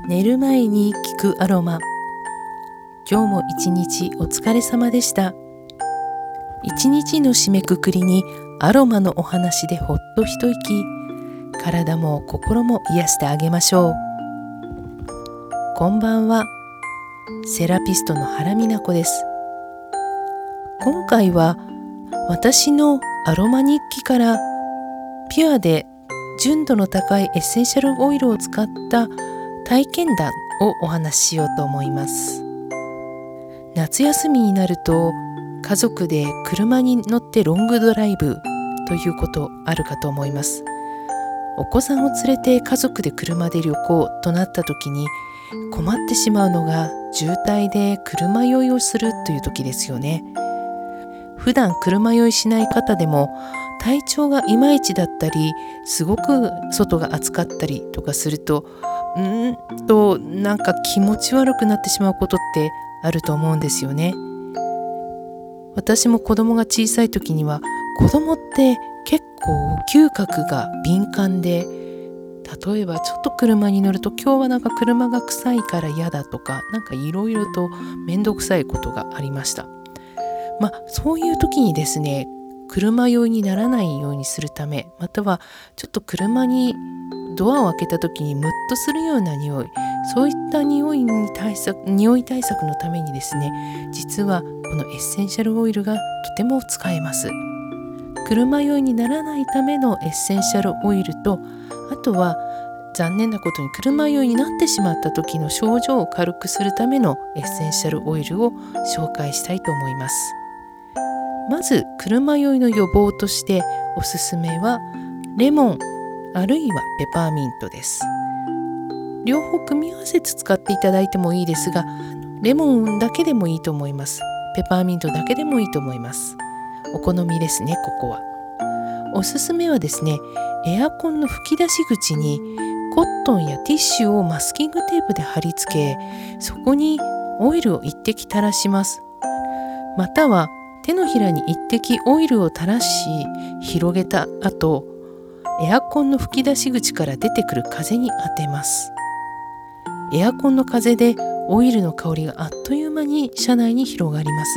寝る前に聞くアロマ。今日も一日お疲れ様でした。一日の締めくくりにアロマのお話でほっと一息、体も心も癒してあげましょう。こんばんは、セラピストの原美奈子です。今回は私のアロマ日記からピュアで純度の高いエッセンシャルオイルを使った体験談をお話ししようと思います。夏休みになると家族で車に乗ってロングドライブということあるかと思います。お子さんを連れて家族で車で旅行となった時に困ってしまうのが渋滞で車酔いをするという時ですよね。普段車酔いしない方でも体調がいまいちだったり、すごく外が暑かったりとかするとなんか気持ち悪くなってしまうことってあると思うんですよね。私も子供が小さい時には、子供って結構嗅覚が敏感で、例えばちょっと車に乗ると今日はなんか車が臭いから嫌だとか、なんかいろいろと面倒くさいことがありました。そういう時にですね、車酔いにならないようにするため、またはちょっと車にドアを開けた時にムッとするような匂い、そういった匂い対策のためにですね、実はこのエッセンシャルオイルがとても使えます。車酔いにならないためのエッセンシャルオイルと、あとは残念なことに車酔いになってしまった時の症状を軽くするためのエッセンシャルオイルを紹介したいと思います。まず車酔いの予防としておすすめはレモンあるいはペパーミントです。両方組み合わせて使っていただいてもいいですが、レモンだけでもいいと思います。ペパーミントだけでもいいと思います。お好みですね。ここはおすすめはですね、エアコンの吹き出し口にコットンやティッシュをマスキングテープで貼り付け、そこにオイルを一滴垂らします。または手のひらに一滴オイルを垂らし広げた後、エアコンの吹き出し口から出てくる風に当てます。エアコンの風でオイルの香りがあっという間に車内に広がります。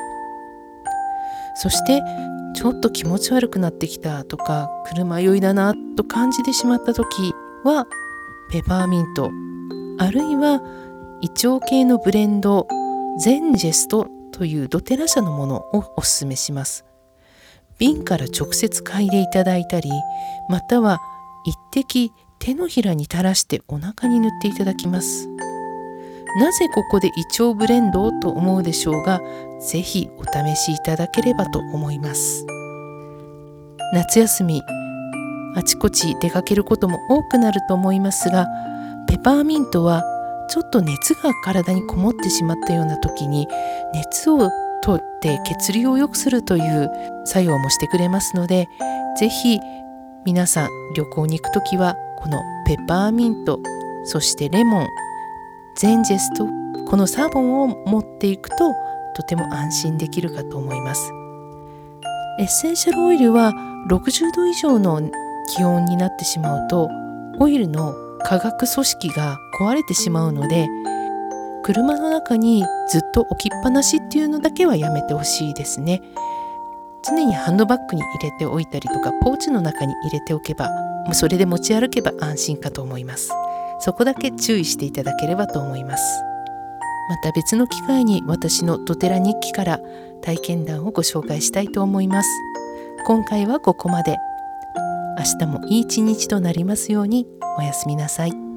そしてちょっと気持ち悪くなってきたとか、車酔いだなと感じてしまった時はペパーミント、あるいは胃腸系のブレンドゼンジェストというドテラ社のものをおすすめします。瓶から直接嗅いでいただいたり、または一滴手のひらに垂らしてお腹に塗っていただきます。なぜここで胃腸ブレンドと思うでしょうが、ぜひお試しいただければと思います。夏休み、あちこち出かけることも多くなると思いますが、ペパーミントはちょっと熱が体にこもってしまったような時に熱を取って血流を良くするという作用もしてくれますので、ぜひ皆さん旅行に行くときはこのペパーミント、そしてレモン、ゼンジェスト、この3本を持っていくととても安心できるかと思います。エッセンシャルオイルは60度以上の気温になってしまうとオイルの化学組織が壊れてしまうので、車の中にずっと置きっぱなしっていうのだけはやめてほしいですね。常にハンドバッグに入れておいたりとか、ポーチの中に入れておけば、それで持ち歩けば安心かと思います。そこだけ注意していただければと思います。また別の機会に私のドテラ日記から体験談をご紹介したいと思います。今回はここまで。明日もいい一日となりますように。おやすみなさい。